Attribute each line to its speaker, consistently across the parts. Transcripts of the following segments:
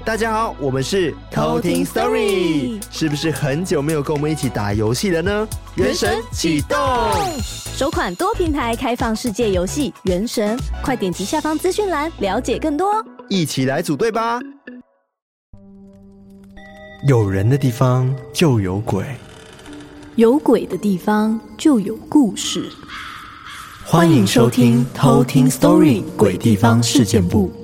Speaker 1: 大家好，我们是偷听 Story， 是不是很久没有跟我们一起打游戏了呢？原神启动，
Speaker 2: 首款多平台开放世界游戏《原神》，快点击下方资讯栏了解更多，
Speaker 1: 一起来组队吧！有人的地方就有鬼，
Speaker 2: 有鬼的地方就有故事。
Speaker 1: 欢迎收听偷听 Story 鬼地方事件部。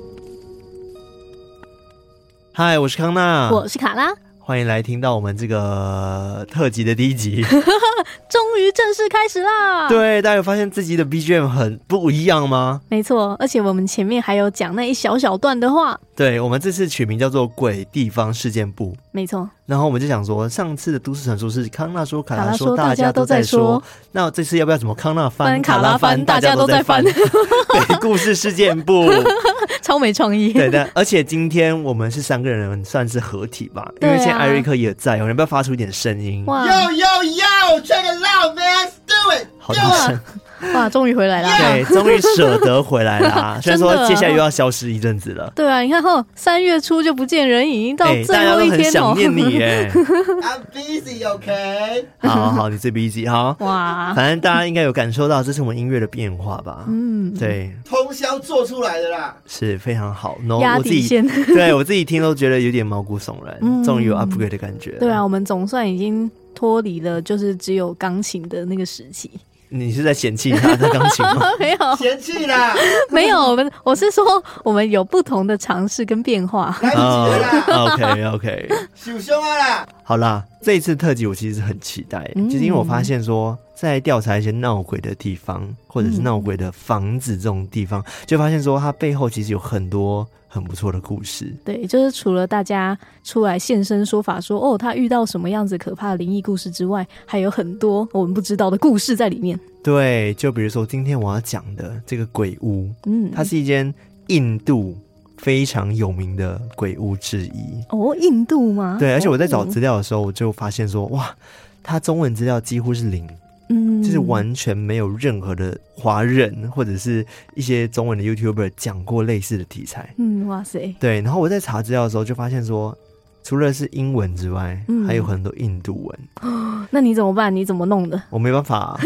Speaker 1: 嗨，我是康纳，
Speaker 2: 我是卡拉，
Speaker 1: 欢迎来听到我们这个特辑的第一集
Speaker 2: 终于正式开始啦！
Speaker 1: 对，大家有发现自己的 BGM 很不一样吗？
Speaker 2: 没错，而且我们前面还有讲那一小小段的话。
Speaker 1: 对，我们这次取名叫做鬼地方事件部，
Speaker 2: 没错。
Speaker 1: 然后我们就想说，上次的都市传说是康纳说卡拉说大家都在说，那这次要不要怎么康纳翻卡拉翻大家都在翻鬼故事事件部
Speaker 2: 超没创意。
Speaker 1: 对的，而且今天我们是3个人算是合体吧，因为现在艾瑞克也在，我们要不要发出一点声音？
Speaker 2: 哇
Speaker 3: Yo yo yo check it out man do it
Speaker 1: 好大声
Speaker 2: 哇，终于回来了。
Speaker 1: 对，终于舍得回来啦虽然说接下来又要消失一阵子了。
Speaker 2: 对啊，你看3月初就不见人影，到最后一天
Speaker 1: 大家都很想念你耶
Speaker 3: I'm busy OK
Speaker 1: 好，你最 busy 好。
Speaker 2: 哇，
Speaker 1: 反正大家应该有感受到这是我们音乐的变化吧。对，
Speaker 3: 通宵做出来的啦，
Speaker 1: 是非常好。
Speaker 2: 压
Speaker 1: 我自己
Speaker 2: 底线
Speaker 1: 对我自己听都觉得有点毛骨悚然，终于有 upgrade 的感觉。
Speaker 2: 对啊，我们总算已经脱离了就是只有钢琴的那个时期。
Speaker 1: 你是在嫌弃他的钢琴吗？
Speaker 2: 没有
Speaker 3: 嫌弃啦
Speaker 2: 没有，我是说我们有不同的尝试跟变化。
Speaker 3: 来不及了啦
Speaker 1: OK
Speaker 3: 受伤啊啦。
Speaker 1: 好啦，这一次特辑我其实很期待，就是因为我发现说在调查一些闹鬼的地方或者是闹鬼的房子这种地方，就发现说它背后其实有很多很不错的故事。
Speaker 2: 对，就是除了大家出来现身说法说他遇到什么样子可怕的灵异故事之外，还有很多我们不知道的故事在里面。
Speaker 1: 对，就比如说今天我要讲的这个鬼屋，它是一间印度非常有名的鬼屋之一。
Speaker 2: 印度吗？
Speaker 1: 对，而且我在找资料的时候我就发现说哇，它中文资料几乎是0，就是完全没有任何的华人或者是一些中文的 YouTuber 讲过类似的题材。
Speaker 2: 哇塞。
Speaker 1: 对，然后我在查资料的时候就发现说，除了是英文之外，还有很多印度文。
Speaker 2: 那你怎么办？你怎么弄的？
Speaker 1: 我没办法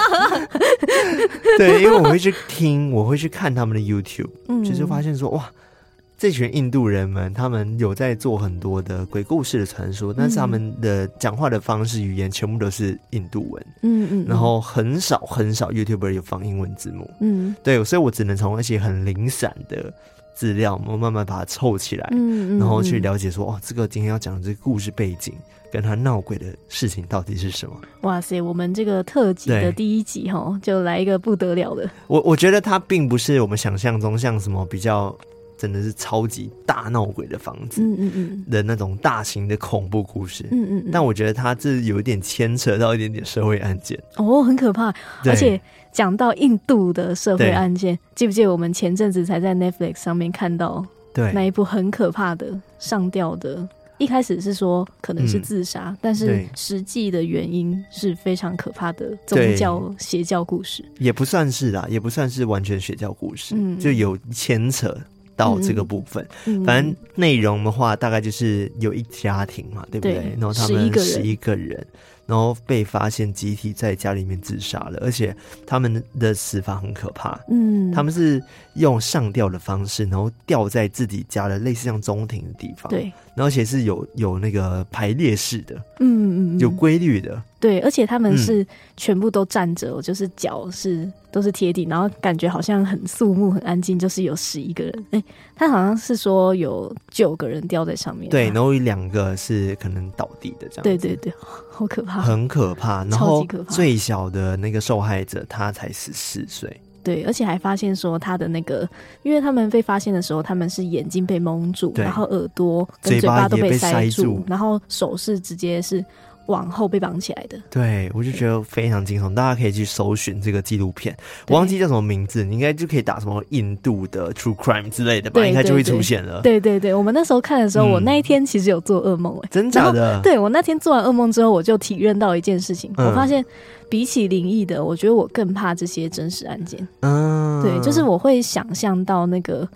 Speaker 1: 对，因为我会去听，我会去看他们的 YouTube，就是发现说哇，这群印度人们他们有在做很多的鬼故事的传说，但是他们的讲话的方式语言全部都是印度文，然后很少 YouTuber 有放英文字幕，对，所以我只能从一些很零散的资料我慢慢把它凑起来，然后去了解说这个今天要讲的这个故事背景跟他闹鬼的事情到底是什么。
Speaker 2: 哇塞，我们这个特辑的第一集就来一个不得了的。
Speaker 1: 我觉得它并不是我们想象中像什么比较真的是超级大闹鬼的房子的那种大型的恐怖故事，但我觉得它这有一点牵扯到一点点社会案件
Speaker 2: 很可怕。而且讲到印度的社会案件，记不记得我们前阵子才在 Netflix 上面看到那一部很可怕的上吊的，一开始是说可能是自杀，但是实际的原因是非常可怕的宗教邪教故事。也不算是啦，
Speaker 1: 也不算是完全邪教故事，就有牵扯到这个部分，反正内容的话大概就是有一家庭嘛，对不对？然后他们11个人，然后被发现集体在家里面自杀了，而且他们的死法很可怕，他们是用上吊的方式，然后吊在自己家的类似像中庭的地方，对，然后而且是有那个排列式的，有规律的，
Speaker 2: 对，而且他们是全部都站着，就是脚都是贴地，然后感觉好像很肃穆很安静，就是有11个人，他好像是说有9个人吊在上面，
Speaker 1: 对，然后2个是可能倒地的这样子，
Speaker 2: 对对对，好可怕，
Speaker 1: 很可怕，然后最小的那个受害者他才14岁，
Speaker 2: 对，而且还发现说他的那个，因为他们被发现的时候他们是眼睛被蒙住，然后耳朵跟嘴巴都被塞住，然后手是直接是往后被绑起来的。
Speaker 1: 对，我就觉得非常惊悚，大家可以去搜寻这个纪录片，我忘记叫什么名字，你应该就可以打什么印度的 True Crime 之类的吧，应该就会出现了。
Speaker 2: 对对对，我们那时候看的时候，我那一天其实有做噩梦，
Speaker 1: 真假的？
Speaker 2: 对，我那天做完噩梦之后，我就体认到一件事情，我发现比起灵异的，我觉得我更怕这些真实案件。对，就是我会想象到那个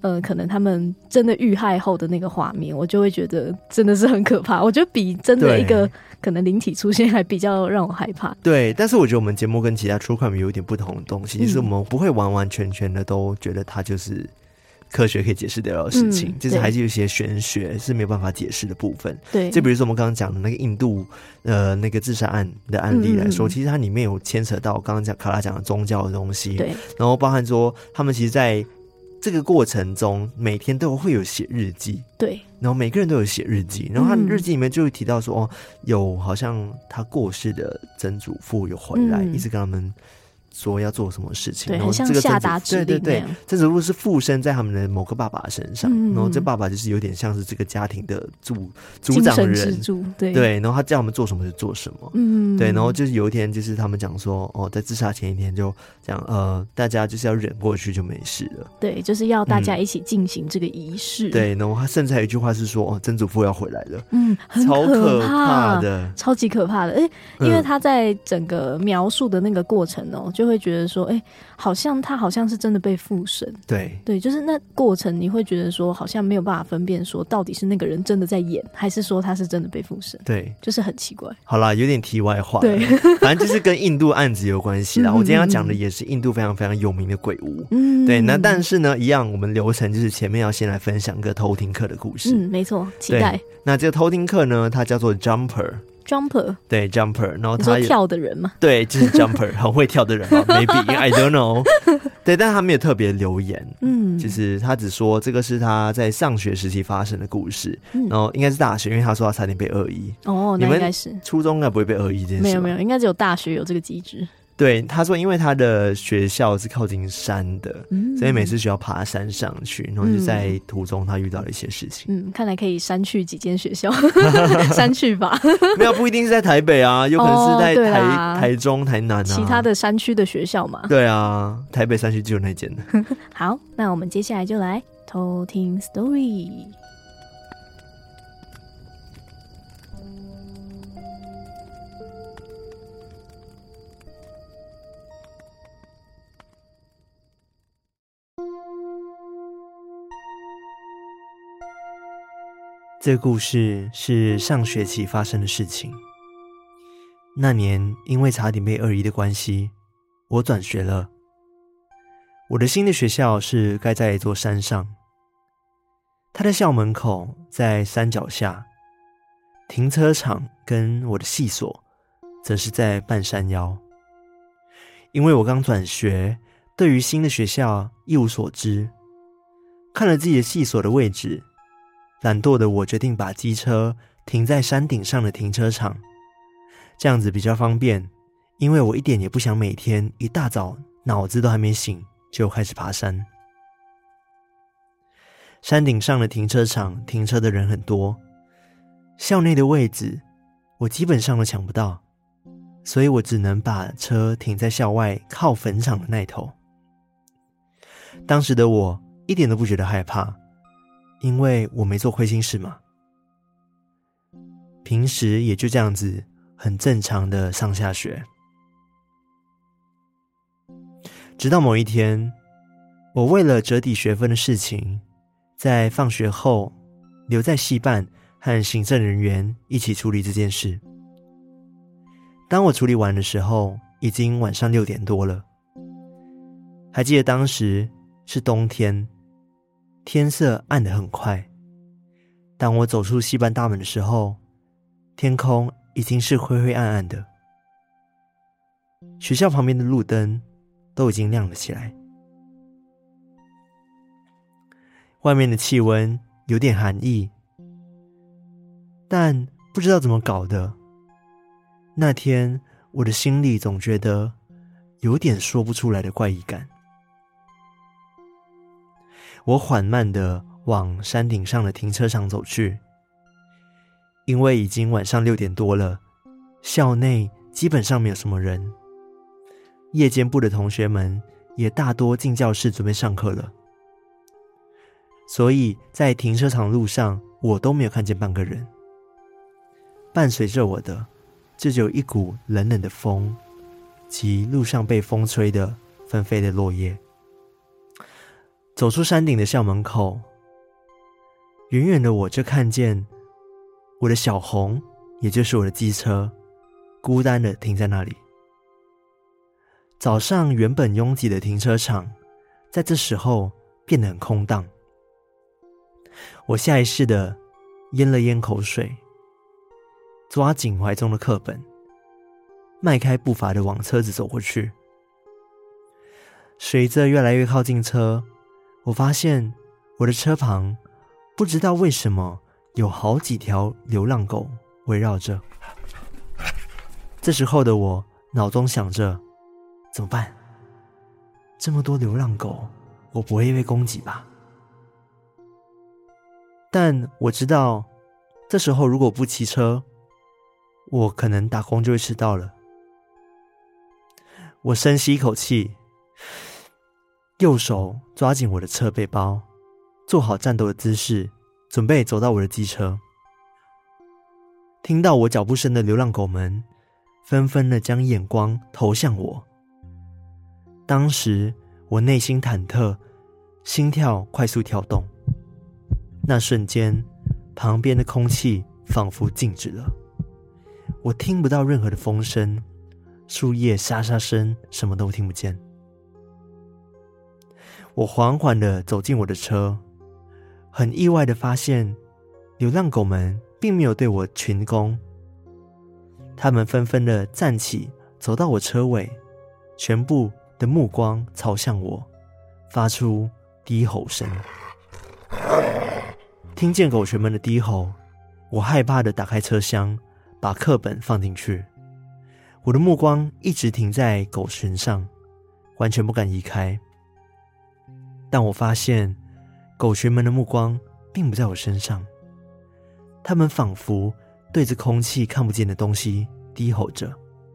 Speaker 2: 可能他们真的遇害后的那个画面，我就会觉得真的是很可怕。我觉得比真的一个可能灵体出现还比较让我害怕。
Speaker 1: 对，但是我觉得我们节目跟其他 True Crime 有一点不同的东西，就是我们不会完完全全的都觉得它就是科学可以解释得了的事情，就是还是有一些玄学是没有办法解释的部分。
Speaker 2: 对，
Speaker 1: 就比如说我们刚刚讲的那个印度那个自杀案的案例来说，其实它里面有牵扯到刚刚讲卡拉讲的宗教的东西，对，然后包含说他们其实在这个过程中每天都会有写日记，对，然后每个人都有写日记，然后他的日记里面就会提到说，有好像他过世的曾祖父有回来，一直跟他们说要做什么事情，
Speaker 2: 对，很像下达指令。对，
Speaker 1: 曾祖父是附身在他们的某个爸爸身上，然后这爸爸就是有点像是这个家庭的组长人，对，然后他叫他们做什么就做什么，对，然后就是有一天就是他们讲说，在自杀前一天就讲，大家就是要忍过去就没事了，对，就是要大家一起进行这个仪式，对，然后他甚至还有一句话是说，曾祖父要回来了，超可怕的，超级可怕的，因为他在整个描述的那个过程就会觉得说，他好像是真的被附身，对，就是那过程你会觉得说，好像没有办法分辨说到底是那个人真的在演，还是说他是真的被附身，对，就是很奇怪。好啦，有点题外话，对，反正就是跟印度案子有关系啦。我今天要讲的也是印度非常非常有名的鬼屋，对，那但是呢，一样我们流程就是前面要先来分享个偷听客的故事，没错，期待。那这个偷听客呢，他叫做 Jumper， 对 Jumper， 然后他跳的人嘛，对，就是 Jumper 很会跳的人嘛，maybe I don't know， 对，但他没有特别留言，就是他只说这个是他在上学时期发生的故事，然后应该是大学，因为他说他差点被恶意，那应该是初中应该不会被恶意这件事，没有，应该只有大学有这个机制。对，他说因为他的学校是靠近山的，所以每次需要爬山上去，然后就在途中他遇到了一些事情。看来可以删去几间学校，删去吧。没有，不一定是在台北啊，有可能是在台中、台南啊，其他的山区的学校嘛。对啊，台北山区只有那间的。好，那我们接下来就来偷听 story。这个故事是上学期发生的事情。那年因为差点被恶意的关系，我转学了。我的新的学校是盖在一座山上，它的校门口在山脚下，停车场跟我的系所则是在半山腰。因为我刚转学，对于新的学校一无所知，看了自己的系所的位置，懒惰的我决定把机车停在山顶上的停车场，这样子比较方便，因为我一点也不想每天一大早脑子都还没醒就开始爬山。山顶上的停车场停车的人很多，校内的位置我基本上都抢不到，所以我只能把车停在校外靠坟场的那头。当时的我一点都不觉得害怕，因为我没做亏心事嘛，平时也就这样子很正常的上下学。直到某一天，我为了折抵学分的事情，在放学后留在系办和行政人员一起处理这件事。当我处理完的时候，已经晚上6点多了。还记得当时是冬天，天色暗得很快。当我走出系办大门的时候，天空已经是灰灰暗暗的，学校旁边的路灯都已经亮了起来。外面的气温有点寒意，但不知道怎么搞的，那天我的心里总觉得有点说不出来的怪异感。我缓慢地往山顶上的停车场走去，因为已经晚上6点多了，校内基本上没有什么人，夜间部的同学们也大多进教室准备上课了，所以在停车场路上我都没有看见半个人。伴随着我的就只有一股冷冷的风及路上被风吹的纷飞的落叶。 走出山顶的校门口，远远的我就看见我的小红，也就是我的机车，孤单的停在那里。早上原本拥挤的停车场，在这时候变得很空荡。我下意识的咽了咽口水，抓紧怀中的课本，迈开步伐的往车子走过去。随着越来越靠近车，我发现我的车旁不知道为什么有好几条流浪狗围绕着。这时候的我脑中想着，怎么办？这么多流浪狗，我不会被攻击吧？但我知道，这时候如果不骑车，我可能打工就会迟到了。我深吸一口气，右手抓紧我的侧背包，做好战斗的姿势，准备走到我的机车。听到我脚步声的流浪狗们纷纷的将眼光投向我。当时我内心忐忑，心跳快速跳动。那瞬间，旁边的空气仿佛静止了，我听不到任何的风声，树叶沙沙声什么都听不见。我缓缓地走进我的车，很意外地发现，流浪狗们并没有对我群攻，它们纷纷地站起，走到我车尾，全部的目光朝向我，发出低吼声。听见狗群们的低吼，我害怕地打开车厢，把课本放进去。我的目光一直停在狗群上，完全不敢移开。但我发现狗群们的目光并不在我身上，它们仿佛对着空气看不见的东西低吼着。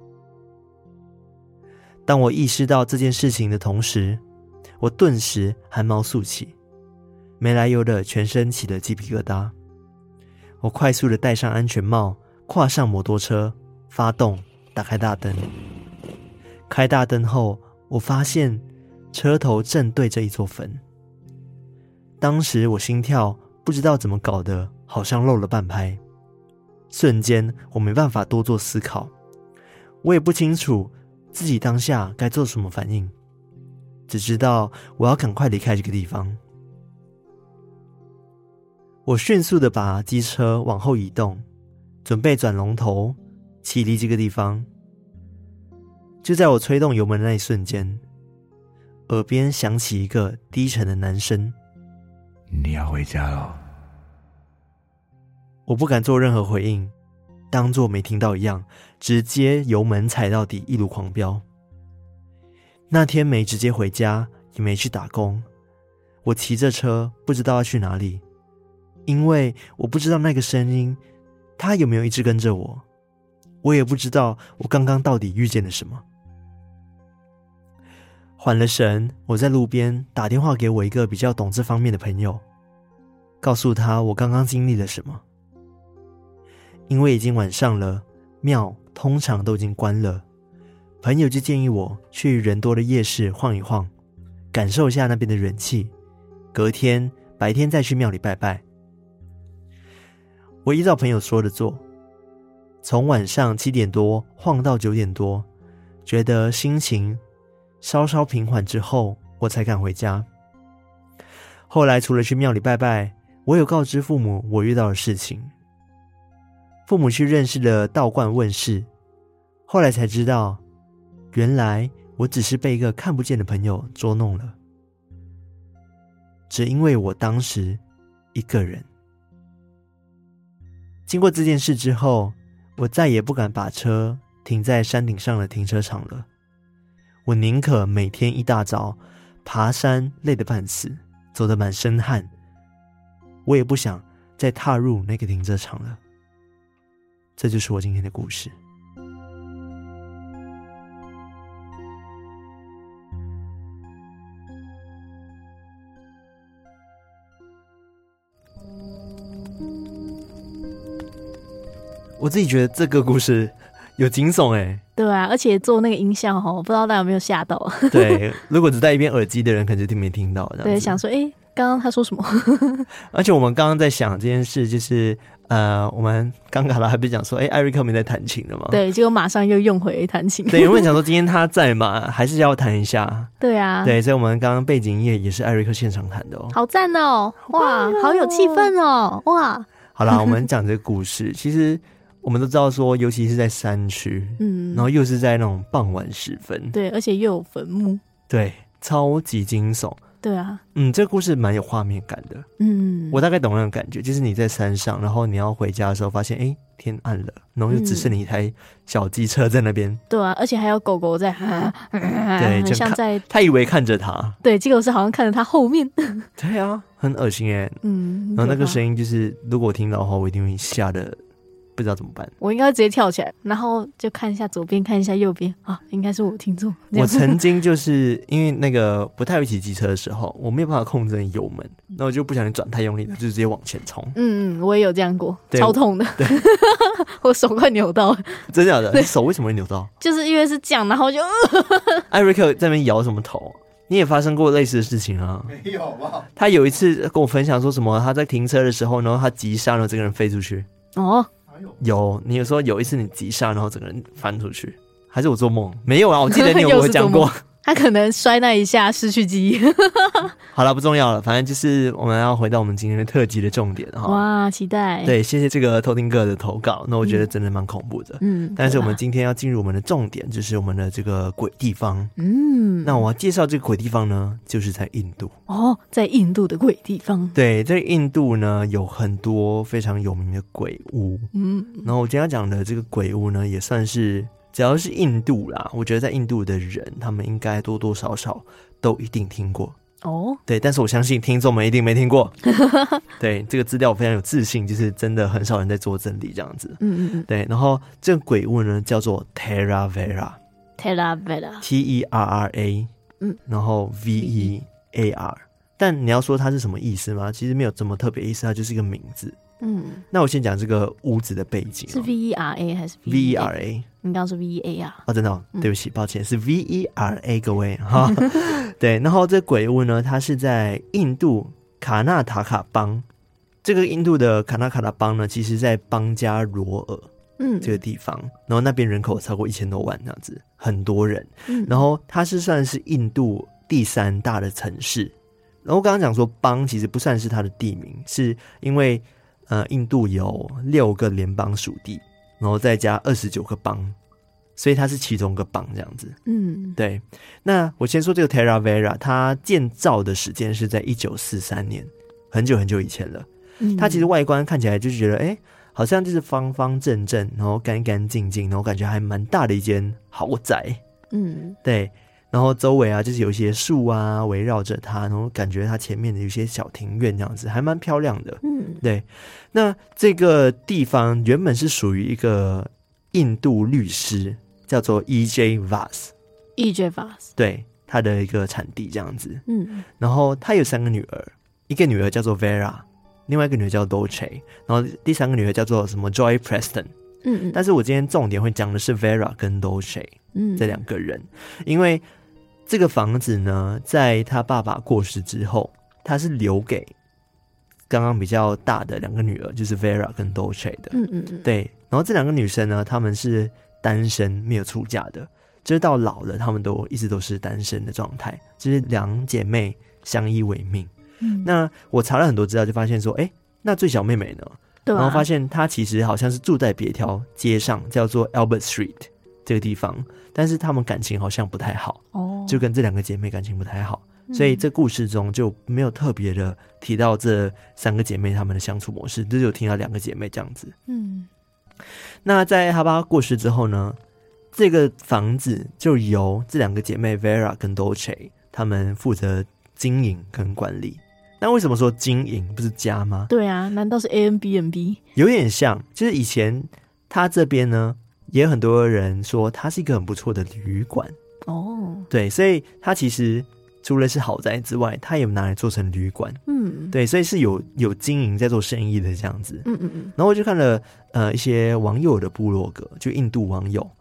Speaker 1: 当我意识到这件事情的同时，我顿时汗毛竖起，没来由的全身起了鸡皮疙瘩。我快速的戴上安全帽，跨上摩托车，发动，打开大灯。开大灯后，我发现车头正对着一座坟。当时我心跳不知道怎么搞的，好像漏了半拍。瞬间我没办法多做思考，我也不清楚自己当下该做什么反应，只知道我要赶快离开这个地方。我迅速的把机车往后移动，准备转龙头骑离这个地方。就在我催动油门的那一瞬间，耳边响起一个低沉的男声：
Speaker 4: 你要回家了。
Speaker 1: 我不敢做任何回应，当作没听到一样，直接油门踩到底，一路狂飙。那天没直接回家，也没去打工，我骑着车不知道要去哪里，因为我不知道那个声音它有没有一直跟着我，我也不知道我刚刚到底遇见了什么。缓了神，我在路边打电话给我一个比较懂这方面的朋友，告诉他我刚刚经历了什么。因为已经晚上了，庙通常都已经关了，朋友就建议我去人多的夜市晃一晃，感受一下那边的人气，隔天白天再去庙里拜拜。我依照朋友说的做，从晚上7点多晃到9点多，觉得心情稍稍平缓之后，我才敢回家。后来除了去庙里拜拜，我有告知父母我遇到的事情。父母去认识了道观问事，后来才知道，原来我只是被一个看不见的朋友捉弄了，只因为我当时一个人。经过这件事之后，我再也不敢把车停在山顶上的停车场了。我宁可每天一大早爬山累得半死，走得满身汗，我也不想再踏入那个停车场了。这就是我今天的故事。我自己觉得这个故事有惊悚耶。
Speaker 2: 对啊，而且做那个音效不知道大家有没有吓到？
Speaker 1: 对，如果只戴一边耳机的人，可能就没听到。
Speaker 2: 对，想说刚刚他说什么？
Speaker 1: 而且我们刚刚在想这件事，就是我们刚卡拉还不是讲说，艾瑞克没在弹琴了吗？
Speaker 2: 对，结果马上又用回弹琴。
Speaker 1: 对，有人想说今天他在嘛，还是要弹一下。
Speaker 2: 对啊，
Speaker 1: 对，所以我们刚刚背景音乐也是艾瑞克现场弹的
Speaker 2: 好赞哦！哇，好有气氛哦！哇，
Speaker 1: 好啦，我们讲这个故事，其实我们都知道说，尤其是在山区，然后又是在那种傍晚时分，
Speaker 2: 对，而且又有坟墓，对，
Speaker 1: 超级惊悚。
Speaker 2: 对啊，
Speaker 1: 这个故事蛮有画面感的。我大概懂那种感觉，就是你在山上，然后你要回家的时候，发现天暗了，然后就只剩你一台小机车在那边。对
Speaker 2: 啊，而且还有狗狗在，对，很像在，
Speaker 1: 他以为看着他，
Speaker 2: 对，结果是好像看着他后面。
Speaker 1: 对啊，很恶心耶。然后那个声音就是，如果我听到的话，我一定会吓得不知道怎么办。
Speaker 2: 我应该直接跳起来，然后就看一下左边，看一下右边啊，应该是我听错。
Speaker 1: 我曾经就是因为那个不太会骑机车的时候，我没有办法控制油门，那我就不小心转太用力了，就直接往前冲。
Speaker 2: 我也有这样过，超痛的。对，我手快扭到了。真的假的？你手为什么会扭到？就是因为是这样，然后就
Speaker 1: 艾瑞克在那边摇什么头？你也发生过类似的事情啊？
Speaker 3: 没有吧？
Speaker 1: 他有一次跟我分享说什么，他在停车的时候，然后他急刹，然后整个人飞出去。有，你有说有一次你急刹，然后整个人翻出去，还是我做梦？没有啊，我记得你有跟我讲过。
Speaker 2: 他可能摔那一下失去记忆。
Speaker 1: 好了，不重要了，反正就是我们要回到我们今天的特辑的重点哈。
Speaker 2: 哇，期待！
Speaker 1: 对，谢谢这个偷听哥的投稿，那我觉得真的蛮恐怖的。但是我们今天要进入我们的重点，就是我们的这个鬼地方。那我要介绍这个鬼地方呢，就是在印度。
Speaker 2: 在印度的鬼地方。
Speaker 1: 对，在印度呢有很多非常有名的鬼屋。然后我今天要讲的这个鬼屋呢，也算是。只要是印度啦，我觉得在印度的人，他们应该多多少少都一定听过。对，但是我相信听众们一定没听过。对，这个资料我非常有自信，就是真的很少人在做整理这样子。对，然后这个鬼屋呢叫做 Theravada T-E-R-R-A 然后 V-E-A-R 但你要说它是什么意思吗？其实没有这么特别意思，它就是一个名字。那我先讲这个屋子的背景。
Speaker 2: 是 V-E-R-A 还是
Speaker 1: V-E-R-A？
Speaker 2: 你刚刚说 V-E-A-R
Speaker 1: 真的对不起，抱歉，是 V-E-R-A 各位哈。对，然后这鬼屋呢，它是在印度卡纳塔卡邦。这个印度的卡纳塔卡邦呢，其实在邦加罗尔这个地方，然后那边人口超过1000多万这样子，很多人。然后它是算是印度第3大的城市。然后刚刚讲说邦其实不算是它的地名，是因为印度有6个联邦属地，然后再加29个邦，所以它是其中一个邦这样子。对。那我先说这个 Theravada， 它建造的时间是在1943年，很久很久以前了。它其实外观看起来就是觉得，好像就是方方正正，然后干干净净，然后感觉还蛮大的一间豪宅。对。然后周围啊，就是有一些树啊围绕着它，然后感觉它前面的有一些小庭院这样子，还蛮漂亮的。对。那这个地方原本是属于一个印度律师，叫做 E.J. Vas。E.J.
Speaker 2: Vas。
Speaker 1: 对，他的一个产地这样子。然后他有3个女儿，一个女儿叫做 Vera， 另外一个女儿叫 Dolce， 然后第3个女儿叫做什么 Joy Preston。但是我今天重点会讲的是 Vera 跟 Dolce 这2个人，因为这个房子呢，在他爸爸过世之后，他是留给刚刚比较大的2个女儿，就是 Vera 跟 Dolce 的。对。然后这2个女生呢，她们是单身，没有出嫁的，就是到老了，她们都一直都是单身的状态，就是2姐妹相依为命。那我查了很多资料，就发现说，那最小妹妹呢？然后发现她其实好像是住在别条街上，叫做 Albert Street 这个地方，但是他们感情好像不太好。就跟这2个姐妹感情不太好，所以这故事中就没有特别的提到这3个姐妹她们的相处模式，只有听到2个姐妹这样子。那在她爸过世之后呢，这个房子就由这2个姐妹 Vera 跟 Dolce 她们负责经营跟管理。那为什么说经营不是家吗？
Speaker 2: 对啊，难道是 Airbnb？
Speaker 1: 有点像，就是以前他这边呢也有很多人说它是一个很不错的旅馆。对，所以它其实除了是豪宅之外，它也拿来做成旅馆。对，所以是有经营在做生意的这样子。然后我就看了一些网友的部落格，就印度网友，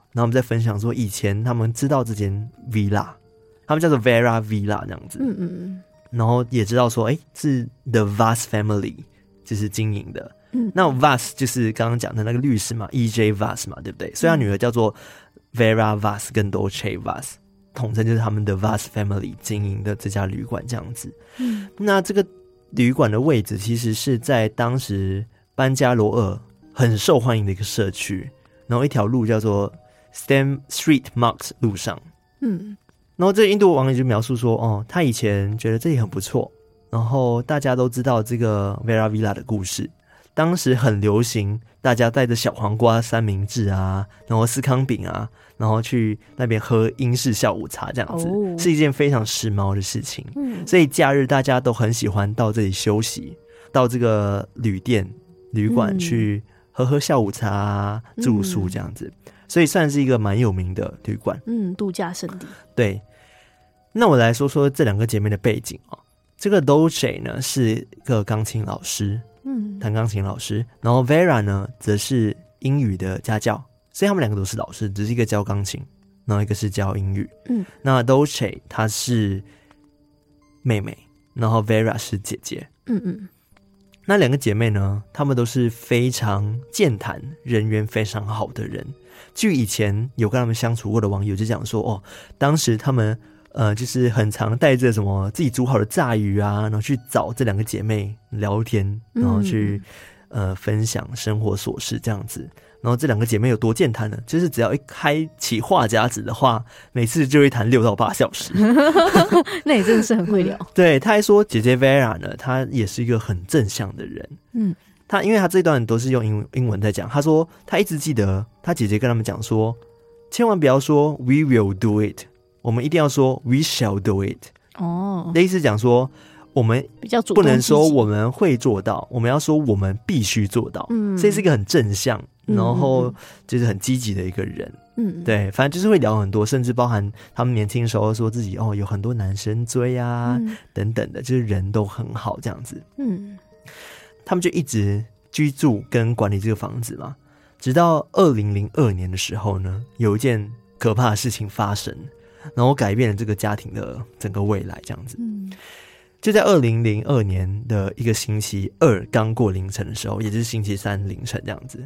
Speaker 1: 然后我们在分享说以前他们知道这间 villa， 他们叫做 Vera Villa 这样子，然后也知道说是 The Vaz Family 就是经营的，那 Vaz 就是刚刚讲的那个律师嘛 EJ Vaz 嘛，对不对？所以他女儿叫做 Vera Vaz 跟 Dolce Vaz， 统称就是他们的 Vaz Family 经营的这家旅馆这样子。那这个旅馆的位置其实是在当时班加罗尔很受欢迎的一个社区，然后一条路叫做 Stem Street Marks 路上。然后这个印度网友就描述说，他以前觉得这里很不错，然后大家都知道这个 Vera Villa 的故事，当时很流行大家带着小黄瓜三明治啊，然后司康饼啊，然后去那边喝英式下午茶这样子，是一件非常时髦的事情。所以假日大家都很喜欢到这里休息，到这个旅馆去喝下午茶啊，住宿这样子，所以算是一个蛮有名的旅馆，
Speaker 2: 度假胜地。
Speaker 1: 对，那我来说说这两个姐妹的背景哦。这个 Dolce 呢是一个钢琴老师，弹钢琴老师，然后 Vera 呢则是英语的家教，所以他们两个都是老师，只是一个教钢琴，然后一个是教英语。那 Dolce 她是妹妹，然后 Vera 是姐姐。那两个姐妹呢，她们都是非常健谈、人缘非常好的人。据以前有跟他们相处过的网友就讲说，当时他们就是很常带着什么自己煮好的炸鱼啊，然后去找这两个姐妹聊天，然后去分享生活琐事这样子。然后这两个姐妹有多健谈呢？就是只要一开启话匣子的话，每次就会谈6到8小时。
Speaker 2: 那也真的是很会聊。
Speaker 1: 对，她还说姐姐 Vera 呢，她也是一个很正向的人。她因为她这段都是用英文在讲，她说她一直记得她姐姐跟他们讲说，千万不要说 We will do it， 我们一定要说 We shall do it。类似讲说我们不能说我们会做到，我们要说我们必须做到。所以是一个很正向，然后就是很积极的一个人。对，反正就是会聊很多，甚至包含他们年轻的时候说自己有很多男生追啊，等等的，就是人都很好这样子。他们就一直居住跟管理这个房子嘛，直到2002年的时候呢，有一件可怕的事情发生，然后改变了这个家庭的整个未来这样子。就在2002年的一个星期二刚过凌晨的时候，也就是星期三凌晨这样子，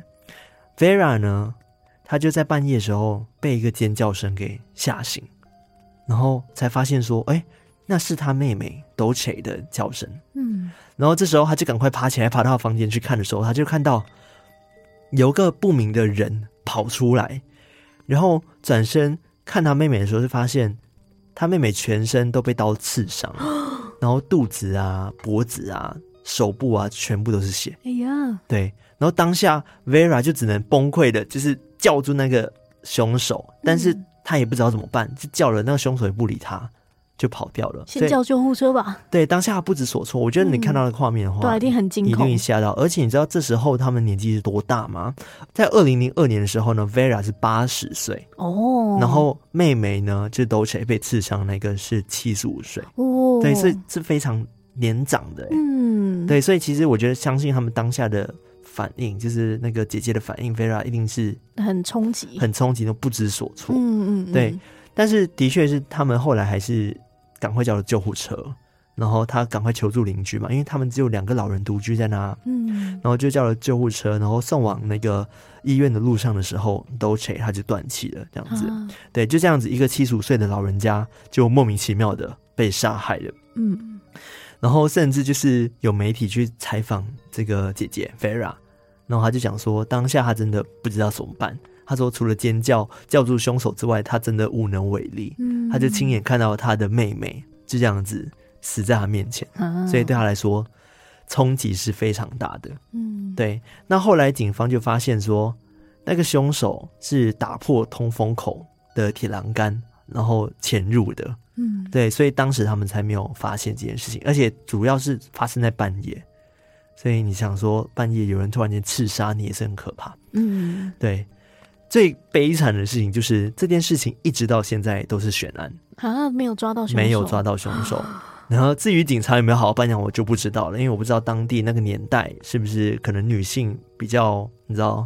Speaker 1: Vera 呢，她就在半夜的时候被一个尖叫声给吓醒，然后才发现说那是她妹妹 Dolce 的叫声。然后这时候她就赶快爬起来，爬到房间去看的时候，她就看到有个不明的人跑出来，然后转身看她妹妹的时候，就发现她妹妹全身都被刀刺伤，然后肚子啊、脖子啊、手部啊全部都是血。对，然后当下 Vera 就只能崩溃的就是叫住那个凶手，但是他也不知道怎么办，就叫了，那个凶手也不理他，就跑掉了。
Speaker 2: 先叫救护车吧。
Speaker 1: 对，当下不知所措。我觉得你看到的画面的话，
Speaker 2: 对，一定很惊恐，
Speaker 1: 一定吓到。而且你知道这时候他们年纪是多大吗？在2002年的时候呢 Vera 是80岁然后妹妹呢就是 Dolce 被刺伤那个是75岁对，所以是非常年长的对，所以其实我觉得相信他们当下的反应，就是那个姐姐的反应 Vera 一定是
Speaker 2: 很冲击
Speaker 1: 都不知所措。对，但是的确是他们后来还是赶快叫了救护车，然后他赶快求助邻居嘛，因为他们只有2个老人独居在那，然后就叫了救护车，然后送往那个医院的路上的时候 Dolce 他就断气了这样子。对，就这样子一个75岁的老人家就莫名其妙的被杀害了。然后甚至就是有媒体去采访这个姐姐 Vera， 然后他就讲说当下他真的不知道怎么办，他说除了尖叫叫住凶手之外，他真的无能为力。他就亲眼看到他的妹妹就这样子死在他面前，所以对他来说冲击是非常大的。对，那后来警方就发现说那个凶手是打破通风口的铁栏杆然后潜入的。对，所以当时他们才没有发现这件事情，而且主要是发生在半夜，所以你想说半夜有人突然间刺杀你也是很可怕。对，最悲惨的事情就是这件事情一直到现在都是悬案
Speaker 2: 没有抓到凶手，
Speaker 1: 没有抓到凶手。然后至于警察有没有好好办案我就不知道了，因为我不知道当地那个年代是不是可能女性比较你知道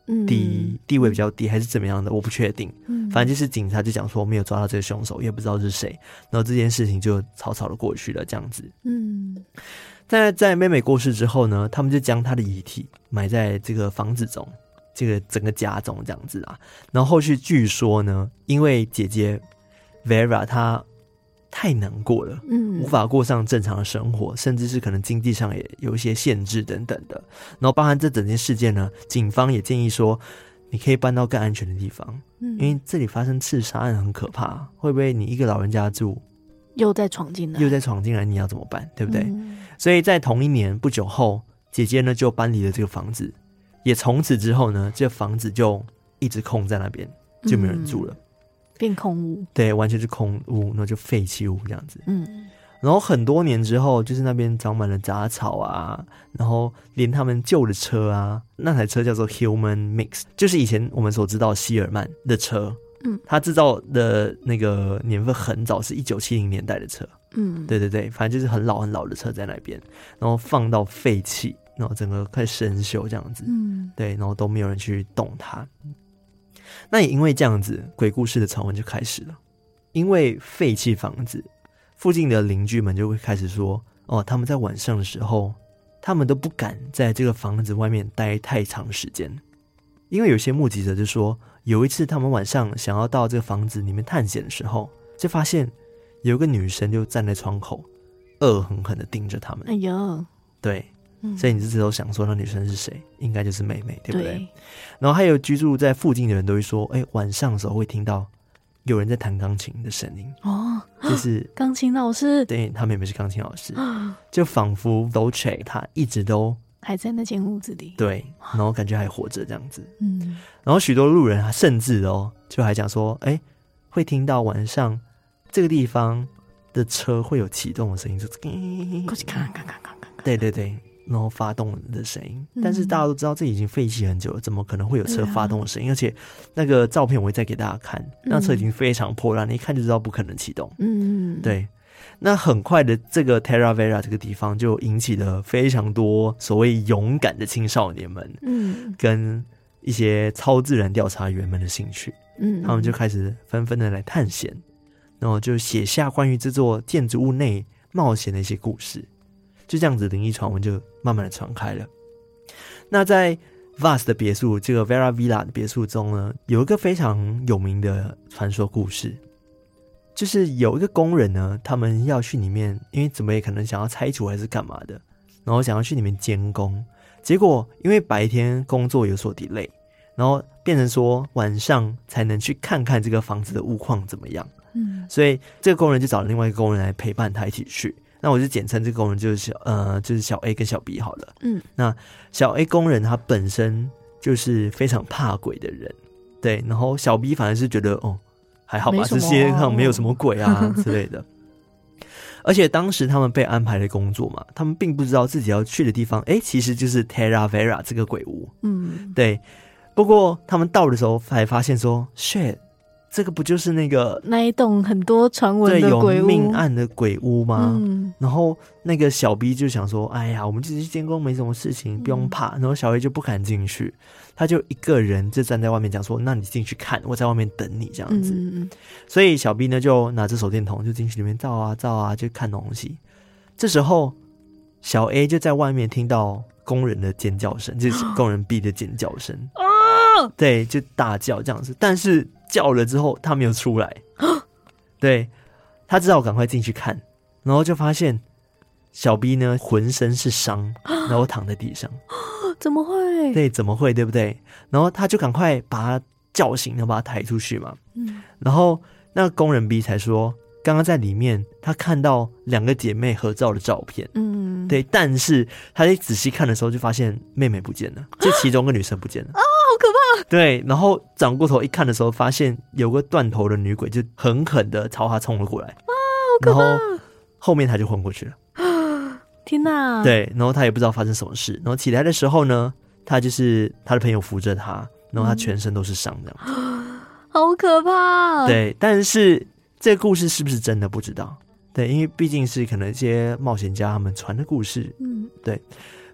Speaker 1: 地位比较低还是怎么样的，我不确定。反正就是警察就讲说没有抓到这个凶手，也不知道是谁，然后这件事情就草草的过去了这样子。在妹妹过世之后呢，他们就将她的遗体埋在这个房子中，这个整个家中这样子啊。然后后续据说呢，因为姐姐 Vera 她太难过了，无法过上正常的生活，甚至是可能经济上也有一些限制等等的。然后包含这整件事件呢，警方也建议说，你可以搬到更安全的地方，因为这里发生刺杀案很可怕，会不会你一个老人家住，
Speaker 2: 又再闯进来，
Speaker 1: 你要怎么办？对不对？所以在同一年不久后，姐姐呢就搬离了这个房子，也从此之后呢，这房子就一直空在那边，就没有人住了，
Speaker 2: 变空屋。
Speaker 1: 对，完全是空屋，然后就废弃屋这样子。然后很多年之后，就是那边长满了杂草啊，然后连他们旧的车啊，那台车叫做 Human Mix， 就是以前我们所知道希尔曼的车。它制造的那个年份很早，是1970年代的车。对对对，反正就是很老很老的车在那边，然后放到废弃，然后整个快生锈这样子。对，然后都没有人去动它。那也因为这样子，鬼故事的传闻就开始了。因为废弃房子，附近的邻居们就会开始说，他们在晚上的时候，他们都不敢在这个房子外面待太长时间。因为有些目击者就说，有一次他们晚上想要到这个房子里面探险的时候，就发现有一个女生就站在窗口，恶狠狠地盯着他们。
Speaker 2: 哎呦，
Speaker 1: 对，所以你这时候想说那女生是谁，应该就是妹妹，对不对？然后还有居住在附近的人都会说，晚上的时候会听到有人在弹钢琴的声音。就是
Speaker 2: 钢琴老师。对，
Speaker 1: 他妹妹是钢琴老师，就仿佛 Dolce 他一直都
Speaker 2: 还在那间屋子里，
Speaker 1: 对，然后感觉还活着这样子。然后许多路人甚至就还讲说，会听到晚上这个地方的车会有启动的声音，就对对对，然后发动的声音。但是大家都知道这已经废弃很久了，怎么可能会有车发动的声音？而且那个照片我会再给大家看，那车已经非常破烂，你一看就知道不可能启动。对。那很快的，这个 Terra Vera 这个地方就引起了非常多所谓勇敢的青少年们，跟一些超自然调查员们的兴趣，他们就开始纷纷的来探险，然后就写下关于这座建筑物内冒险的一些故事，就这样子灵异传闻就慢慢的传开了。那在 Vaz 的别墅，这个 Vera Villa 的别墅中呢，有一个非常有名的传说故事。就是有一个工人呢，他们要去里面，因为怎么也可能想要拆除还是干嘛的，然后想要去里面监工，结果因为白天工作有所 delay， 然后变成说晚上才能去看看这个房子的屋况怎么样。所以这个工人就找了另外一个工人来陪伴他一起去。那我就简称这个工人就是小 A 跟小 B 好了。那小 A 工人他本身就是非常怕鬼的人，对，然后小 B 反而是觉得还好吧，这世界上没有什么鬼啊之类的。而且当时他们被安排的工作嘛，他们并不知道自己要去的地方，其实就是 Terra Vera 这个鬼屋。对。不过他们到的时候还发现说 ，shit， 这个不就是那一
Speaker 2: 栋很多传闻的鬼屋，
Speaker 1: 对，有命案的鬼屋吗？然后那个小 B 就想说，哎呀，我们只是监工，没什么事情，不用怕。然后小 A 就不敢进去。他就一个人就站在外面讲说，那你进去看，我在外面等你这样子。所以小 B 呢就拿着手电筒就进去里面照啊就看东西。这时候小 A 就在外面听到工人的尖叫声，就是工人 B 的尖叫声。对，就大叫这样子。但是叫了之后他没有出来。对，他只好赶快进去看，然后就发现小 B 呢浑身是伤，然后躺在地上。
Speaker 2: 怎么会？
Speaker 1: 对，怎么会，对不对？然后他就赶快把他叫醒，然后把他抬出去嘛。然后那个工人 B 才说，刚刚在里面他看到两个姐妹合照的照片。对，但是他一仔细看的时候就发现妹妹不见了，就其中一个女生不见了。
Speaker 2: 好可怕！
Speaker 1: 对，然后转过头一看的时候，发现有个断头的女鬼就狠狠的朝他冲了过来。
Speaker 2: 好可怕！
Speaker 1: 然后后面他就昏过去了。
Speaker 2: 天哪！
Speaker 1: 对，然后他也不知道发生什么事，然后起来的时候呢，他就是他的朋友扶着他，然后他全身都是伤这样子。
Speaker 2: 好可怕！
Speaker 1: 对，但是这个故事是不是真的不知道。对，因为毕竟是可能一些冒险家他们传的故事。对，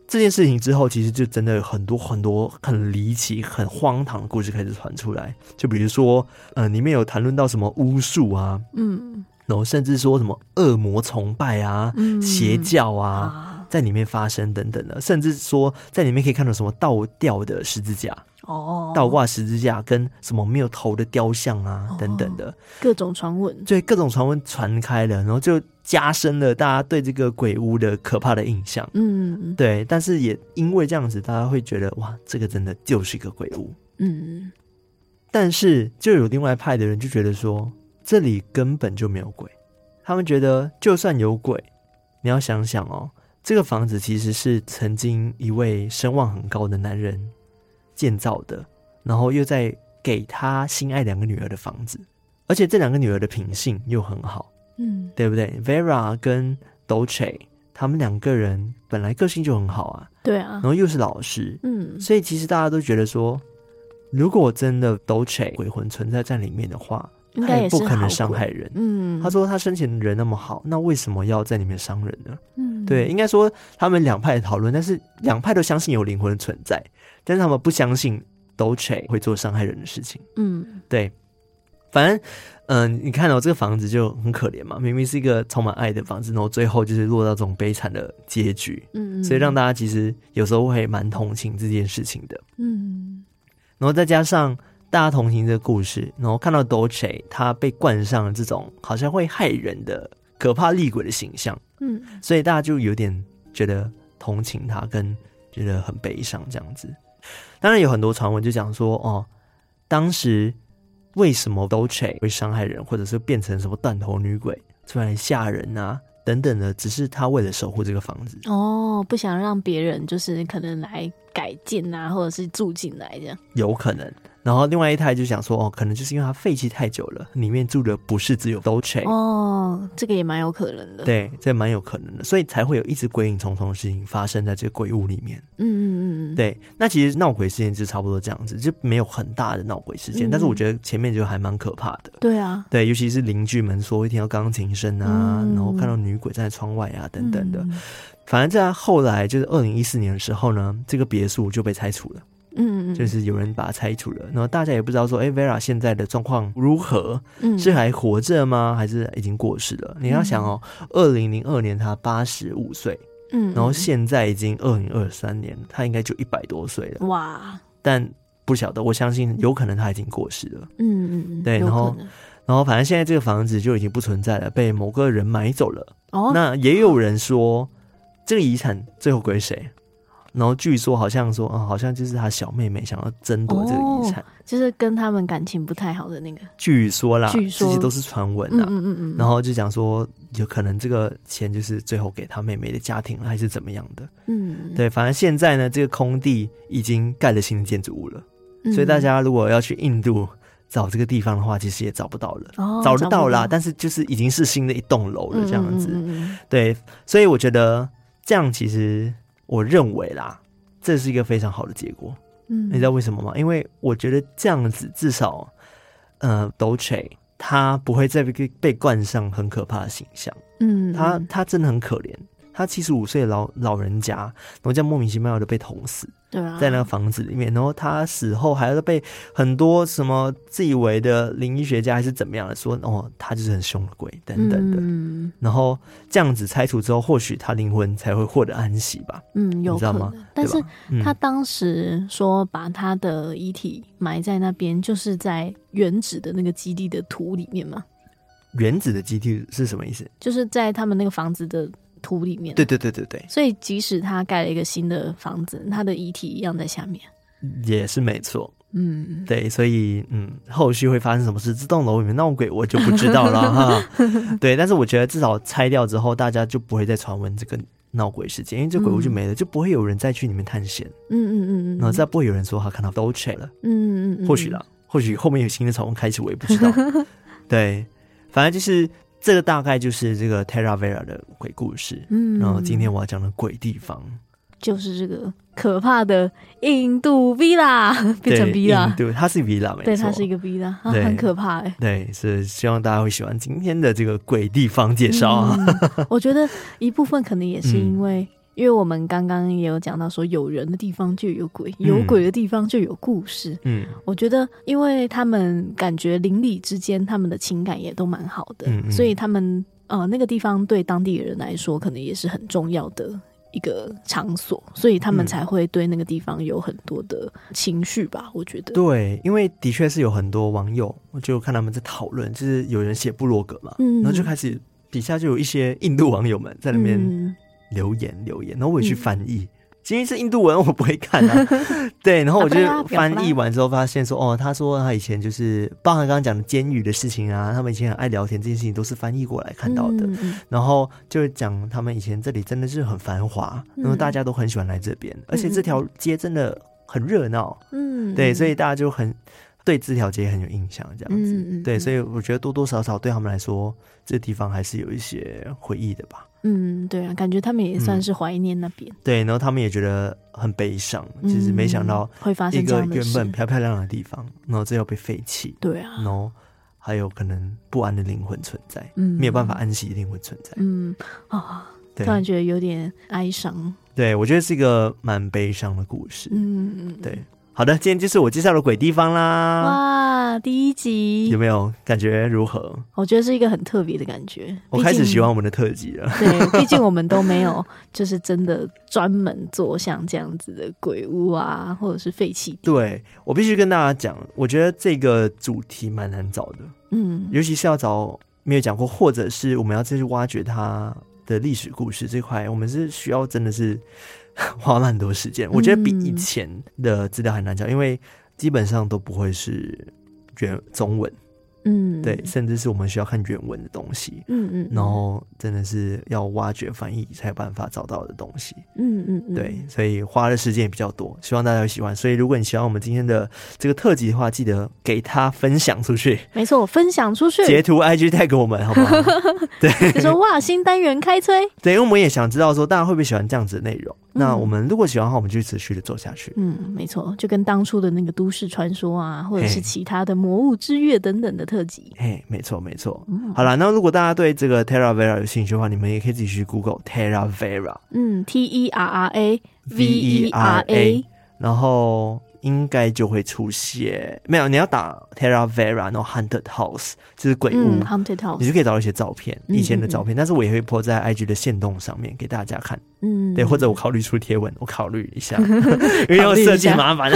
Speaker 1: 这件事情之后，其实就真的有很多很多很离奇、很荒唐的故事开始传出来。就比如说，里面有谈论到什么巫术啊，然后甚至说什么恶魔崇拜啊、邪教啊，在里面发生等等的，甚至说在里面可以看到什么倒吊的十字架。倒挂十字架跟什么没有头的雕像啊，等等的
Speaker 2: 各种传闻，
Speaker 1: 对，各种传闻传开了，然后就加深了大家对这个鬼屋的可怕的印象。对，但是也因为这样子，大家会觉得哇，这个真的就是一个鬼屋。但是就有另外派的人就觉得说，这里根本就没有鬼。他们觉得就算有鬼，你要想想哦，这个房子其实是曾经一位声望很高的男人建造的，然后又在给他心爱2个女儿的房子，而且这2个女儿的品性又很好，对不对 ？Vera 跟 Dolce 他们2个人本来个性就很好啊，
Speaker 2: 对啊，
Speaker 1: 然后又是老师，所以其实大家都觉得说，如果真的 Dolce 鬼魂存在里面的话，他也不可能伤害人。他说他生前人那么好，那为什么要在里面伤人呢？对，应该说他们2派讨论，但是2派都相信有灵魂的存在，但是他们不相信 Dolce 会做伤害人的事情。对，反正你看到这个房子就很可怜嘛，明明是一个充满爱的房子，然后最后就是落到这种悲惨的结局。所以让大家其实有时候会蛮同情这件事情的。然后再加上大家同情这个故事，然后看到 Dolce 他被冠上了这种好像会害人的可怕厉鬼的形象，所以大家就有点觉得同情他，跟觉得很悲伤这样子。当然有很多传闻就讲说，当时为什么 Dolce 会伤害人，或者是变成什么断头女鬼出来吓人啊等等的，只是他为了守护这个房子，
Speaker 2: 不想让别人就是可能来改建啊，或者是住进来这样，
Speaker 1: 有可能。然后另外一派就想说，可能就是因为它废弃太久了，里面住的不是只有 Dolce。
Speaker 2: 这个也蛮有可能的。
Speaker 1: 对，这蛮有可能的，所以才会有一直鬼影重重的事情发生在这个鬼屋里面。对，那其实闹鬼事件就差不多这样子，就没有很大的闹鬼事件，但是我觉得前面就还蛮可怕的。
Speaker 2: 对啊，
Speaker 1: 对，尤其是邻居们说会听到钢琴声啊，然后看到女鬼站在窗外啊等等的。反正在后来就是2014年的时候呢，这个别墅就被拆除了。就是有人把它拆除了，然后大家也不知道说Vera 现在的状况如何，是还活着吗，还是已经过世了？你要想2002年他85岁，然后现在已经2023年，他应该就100多岁了。哇！但不晓得，我相信有可能他已经过世了。对，然后反正现在这个房子就已经不存在了，被某个人买走了。那也有人说这个遗产最后归谁？然后据说好像就是他小妹妹想要争夺这个遗产，
Speaker 2: 就是跟他们感情不太好的那个。
Speaker 1: 据说啦，这些都是传闻啦。然后就讲说有可能这个钱就是最后给他妹妹的家庭了，还是怎么样的。对，反正现在呢，这个空地已经盖了新的建筑物了，所以大家如果要去印度找这个地方的话，其实也找不到了。找得到啦，但是就是已经是新的一栋楼了这样子。对，所以我觉得这样其实我认为啦，这是一个非常好的结果。你知道为什么吗？因为我觉得这样子至少Dolce 他不会再被冠上很可怕的形象。他真的很可怜，他75岁的老人家，然后这样莫名其妙的被捅死。对啊，在那个房子里面，然后他死后还要被很多什么自以为的灵异学家还是怎么样的说，他就是很凶的鬼等等的。然后这样子拆除之后，或许他灵魂才会获得安息吧。有你知道吗？
Speaker 2: 但是他当时说把他的遗体埋在那边，就是在原址的那个基地的土里面嘛。
Speaker 1: 原址的基地是什么意思？就是
Speaker 2: 在他们那个房子的土里面。
Speaker 1: 对，
Speaker 2: 所以即使他盖了一个新的房子，他的遗体一样在下面，
Speaker 1: 也是没错。对，所以后续会发生什么事，这栋楼里面闹鬼我就不知道了哈。对，但是我觉得至少拆掉之后，大家就不会再传闻这个闹鬼事件，因为这鬼屋就没了，就不会有人再去里面探险。然后再不会有人说他看到 Dolce 了。或许啦，或许后面有新的传闻开始，我也不知道。对，反正就是这个大概就是这个 Terra Vera 的鬼故事。然后今天我要讲的鬼地方
Speaker 2: 就是这个可怕的印度 Villa 变成 Villa，
Speaker 1: 对，它是 Villa 没错，
Speaker 2: 对，它是一个 Villa， 很可怕
Speaker 1: 对，是希望大家会喜欢今天的这个鬼地方介绍。
Speaker 2: 我觉得一部分可能也是因为因为我们刚刚也有讲到说，有人的地方就有鬼，有鬼的地方就有故事。我觉得因为他们感觉邻里之间他们的情感也都蛮好的，所以他们那个地方对当地人来说可能也是很重要的一个场所，所以他们才会对那个地方有很多的情绪吧，我觉得。
Speaker 1: 对，因为的确是有很多网友，我就看他们在讨论，就是有人写部落格嘛，然后就开始底下就有一些印度网友们在那边留言，然后我也去翻译。因为是印度文我不会看啊对，然后我就翻译完之后发现说他说他以前就是包含刚刚讲的监狱的事情啊，他们以前很爱聊天，这件事情都是翻译过来看到的。然后就讲他们以前这里真的是很繁华，然后大家都很喜欢来这边，而且这条街真的很热闹。对，所以大家就很对这条街很有印象这样子。对，所以我觉得多多少少对他们来说这地方还是有一些回忆的吧。
Speaker 2: 对啊，感觉他们也算是怀念那边。
Speaker 1: 对，然后他们也觉得很悲伤，就是没想到
Speaker 2: 会发生这样的事，
Speaker 1: 一个原本漂漂亮亮的地方，然后这要被废弃。
Speaker 2: 对啊，
Speaker 1: 然后还有可能不安的灵魂存在，没有办法安息的灵魂存在。
Speaker 2: 突然觉得有点哀伤。
Speaker 1: 对，我觉得是一个蛮悲伤的故事。对。好的，今天就是我介绍的鬼地方啦。
Speaker 2: 哇，第一集有
Speaker 1: 没有感觉如何？
Speaker 2: 我觉得是一个很特别的感觉。
Speaker 1: 我开始喜欢我们的特辑了。
Speaker 2: 对，毕竟我们都没有就是真的专门做像这样子的鬼屋啊，或者是废弃地。
Speaker 1: 对，我必须跟大家讲，我觉得这个主题蛮难找的。尤其是要找没有讲过，或者是我们要再去挖掘它的历史故事这块，我们是需要真的是花了很多时间，我觉得比以前的资料还难找，因为基本上都不会是中文。对，甚至是我们需要看原文的东西。然后真的是要挖掘翻译才有办法找到的东西。对，所以花的时间也比较多，希望大家会喜欢。所以如果你喜欢我们今天的这个特辑的话，记得给他分享出去。
Speaker 2: 没错，分享出去，
Speaker 1: 截图 IG tag 我们好不好？对，
Speaker 2: 就说哇，新单元开催。
Speaker 1: 对，因为我们也想知道说大家会不会喜欢这样子的内容。那我们如果喜欢的话，我们就持续的做下去。
Speaker 2: 没错，就跟当初的那个都市传说啊，或者是其他的魔物之月等等的特辑。
Speaker 1: 没错没错。好啦，那如果大家对这个 Terra Vera 有兴趣的话，你们也可以自己去 Google Terra Vera。TERRAVERA， 然后应该就会出现，没有，你要打 Terra Vera 然后 Haunted House 就是鬼屋
Speaker 2: Haunted House，
Speaker 1: 你就可以找到一些照片，以前的照片，但是我也会 po 在 IG 的限动上面给大家看。对，或者我考虑出贴文，我考虑一下因为要设计麻烦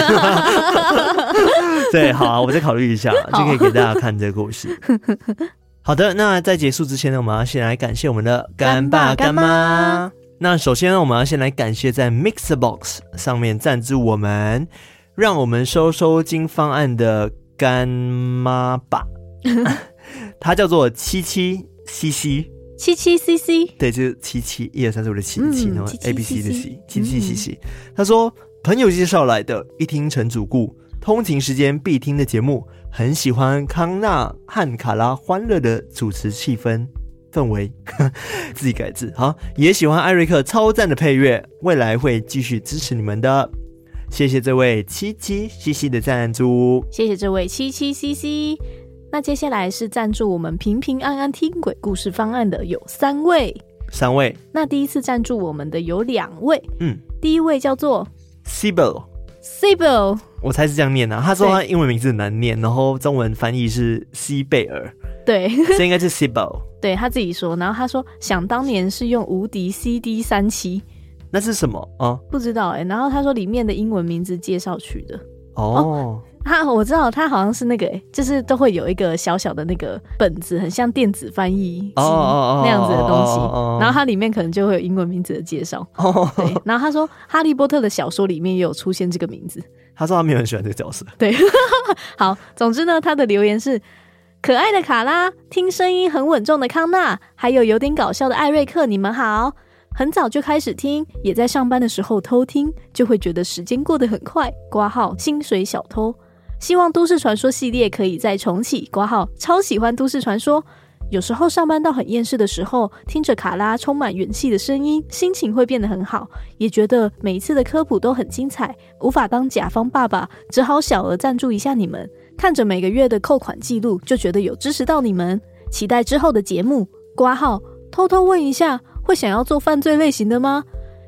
Speaker 1: 对，好啊，我再考虑一下就可以给大家看这个故事好的，那在结束之前呢，我们要先来感谢我们的干爸干妈。那首先呢，我们要先来感谢在 Mixerbox 上面赞助我们，让我们收金方案的干妈吧他叫做77 CC， 对，就是77 12345的77，然后 ABC 的 C， 77 CC。他说朋友介绍来的，一听成主顾，通勤时间必听的节目，很喜欢康纳和卡拉欢乐的主持气氛围自己改字。好，也喜欢艾瑞克超赞的配乐，未来会继续支持你们的。谢谢这位77 CC 的赞助，
Speaker 2: 谢谢这位77 CC。那接下来是赞助我们平平安安听鬼故事方案的有3位。那第一次赞助我们的有2位。第一位叫做
Speaker 1: Sibyl， 我猜是这样念啊。他说他英文名字很难念，然后中文翻译是西贝尔。
Speaker 2: 对，
Speaker 1: 这应该是 Sibyl。对，
Speaker 2: 他自己说，然后他说想当年是用无敌 CD37，
Speaker 1: 那是什么啊？
Speaker 2: 不知道然后他说里面的英文名字介绍取的。我知道他好像是那个就是都会有一个小小的那个本子，很像电子翻译机那样子的东西，然后它里面可能就会有英文名字的介绍。对，然后他说哈利波特的小说里面也有出现这个名字，
Speaker 1: 他说他没有很喜欢这个角色。
Speaker 2: 对好，总之呢，他的留言是可爱的卡拉，听声音很稳重的康纳，还有点搞笑的艾瑞克，你们好。很早就开始听，也在上班的时候偷听，就会觉得时间过得很快。括号薪水小偷，希望都市传说系列可以再重启。括号超喜欢都市传说，有时候上班到很厌世的时候，听着卡拉充满元气的声音，心情会变得很好，也觉得每一次的科普都很精彩。无法当甲方爸爸，只好小额赞助一下你们，看着每个月的扣款记录，就觉得有支持到你们。期待之后的节目。括号偷偷问一下，会想要做犯罪类型的吗？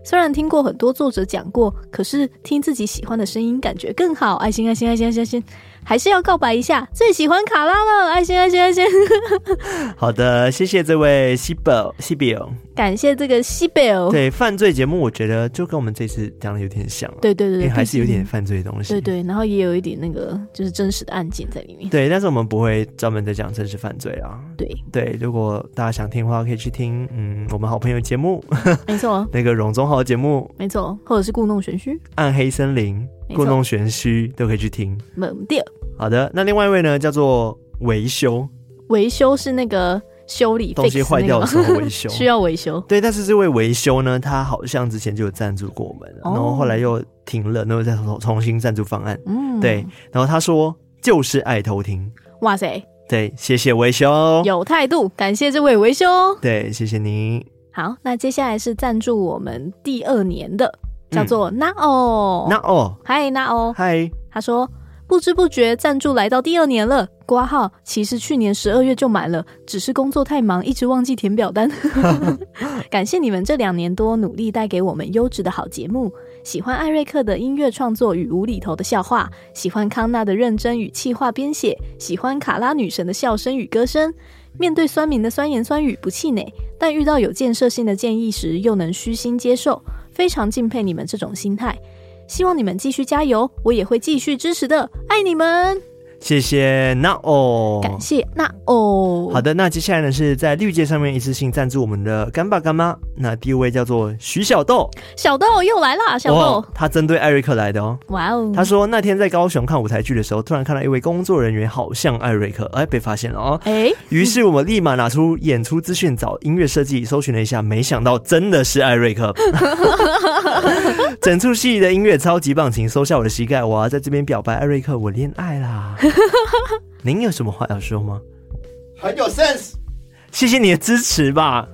Speaker 2: 虽然听过很多作者讲过，可是听自己喜欢的声音感觉更好。爱心爱心爱心爱心爱心，还是要告白一下，最喜欢卡拉了，爱心爱心爱心。
Speaker 1: 好的，谢谢这位西比尔，
Speaker 2: 感谢这个西比尔。
Speaker 1: 对，犯罪节目我觉得就跟我们这次讲的有点像，
Speaker 2: 对对对，
Speaker 1: 因为还是有点犯罪的东西，
Speaker 2: 对对，然后也有一点那个就是真实的案件在里面。
Speaker 1: 对，但是我们不会专门在讲真实犯罪啊。
Speaker 2: 对
Speaker 1: 对，如果大家想听的话，可以去听我们好朋友节目，
Speaker 2: 没错，
Speaker 1: 那个荣中豪节目，
Speaker 2: 没错，或者是故弄玄虚、
Speaker 1: 暗黑森林、故弄玄虚都可以去听。好的，那另外一位呢，叫做维修。维修
Speaker 2: 是那个修理
Speaker 1: 东西坏掉的时候维修，
Speaker 2: 需要维修。
Speaker 1: 对，但是这位维修呢，他好像之前就有赞助过我们，然后后来又停了，然后再重新赞助方案。对，然后他说就是爱偷听。
Speaker 2: 哇塞，
Speaker 1: 对，谢谢维修，
Speaker 2: 有态度，感谢这位维修。
Speaker 1: 对，谢谢你。
Speaker 2: 好，那接下来是赞助我们第2年的，叫做 Nao。嗨 Nao， 嗨。他说不知不觉赞助来到第2年了，括号其实去年12月就满了，只是工作太忙，一直忘记填表单。感谢你们这2年多努力带给我们优质的好节目，喜欢艾瑞克的音乐创作与无厘头的笑话，喜欢康纳的认真与企划编写，喜欢卡拉女神的笑声与歌声，面对酸民的酸言酸语不气馁，但遇到有建设性的建议时又能虚心接受，非常敬佩你们这种心态，希望你们继续加油，我也会继续支持的，爱你们。
Speaker 1: 谢谢 Nao，
Speaker 2: 感谢 Nao。
Speaker 1: 好的，那接下来呢是在绿界上面一次性赞助我们的干爸干妈，那第2位叫做徐小豆。
Speaker 2: 小豆又来啦，小豆
Speaker 1: 他针对艾瑞克来的哦。
Speaker 2: 哇哦，
Speaker 1: 他说那天在高雄看舞台剧的时候，突然看到一位工作人员好像艾瑞克，被发现了哦。于是我们立马拿出演出资讯找音乐设计，搜寻了一下，没想到真的是艾瑞克。整出戏的音乐超级棒，请收下我的膝盖，我要在这边表白艾瑞克，我恋爱啦。您有什么话要说吗？
Speaker 3: 很有 sense，
Speaker 1: 谢谢你的支持吧。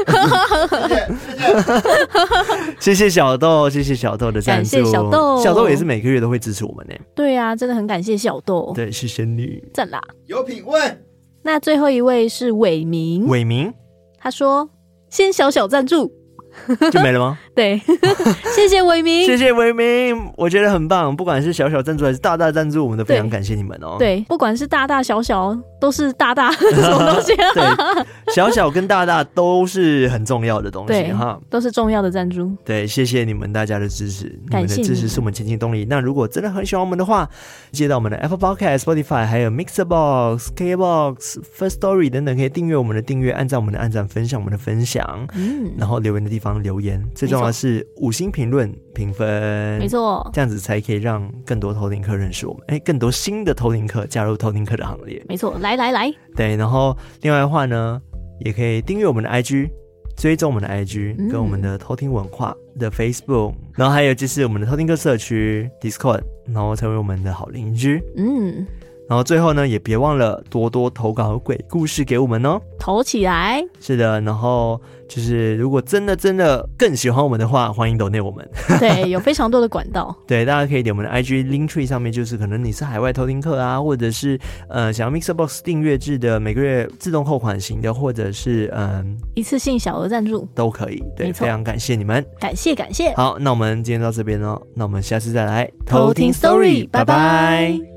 Speaker 1: 谢谢小豆，谢谢小豆的赞助，
Speaker 2: 感谢小豆，
Speaker 1: 小豆也是每个月都会支持我们呢。
Speaker 2: 对啊，真的很感谢小豆。
Speaker 1: 对，谢谢你，
Speaker 2: 赞啦，
Speaker 3: 有品味。
Speaker 2: 那最后一位是伟明，他说先小小赞助。
Speaker 1: 就没了吗？
Speaker 2: 对，谢谢伟明，
Speaker 1: 谢谢伟明，我觉得很棒，不管是小小赞助还是大大赞助，我们都非常感谢你们哦。
Speaker 2: 对，不管是大大小小都是大大什么东西啊？
Speaker 1: 对，小小跟大大都是很重要的东西哈，
Speaker 2: 都是重要的赞助。
Speaker 1: 对，谢谢你们大家的支持，你们的支持是我们前进动力。那如果真的很喜欢我们的话，记得到我们的 Apple Podcast、Spotify 还有 Mixerbox、KKBox、First Story 等等，可以订阅我们的订阅，按赞我们的按赞，分享我们的分享，然后留言的地方留言，最重要的是5星评论评分，
Speaker 2: 没错，
Speaker 1: 这样子才可以让更多偷听客认识我们，更多新的偷听客加入偷听客的行列。
Speaker 2: 没错，来，
Speaker 1: 对，然后另外的话呢，也可以订阅我们的 IG， 追踪我们的 IG，跟我们的偷听文化的 Facebook，然后还有就是我们的偷听客社区 Discord， 然后成为我们的好邻居。然后最后呢，也别忘了多多投稿鬼故事给我们哦，
Speaker 2: 投起来。
Speaker 1: 是的，然后就是如果真的更喜欢我们的话，欢迎donate我们。
Speaker 2: 对，有非常多的管道。
Speaker 1: 对，大家可以点我们的 IG Linktree 上面，就是可能你是海外偷听客啊，或者是想要 Mixerbox 订阅制的每个月自动扣款型的，或者是
Speaker 2: 一次性小额赞助
Speaker 1: 都可以。对，非常感谢你们，
Speaker 2: 感谢。
Speaker 1: 好，那我们今天到这边哦，那我们下次再来
Speaker 2: 偷听 Story， 拜拜。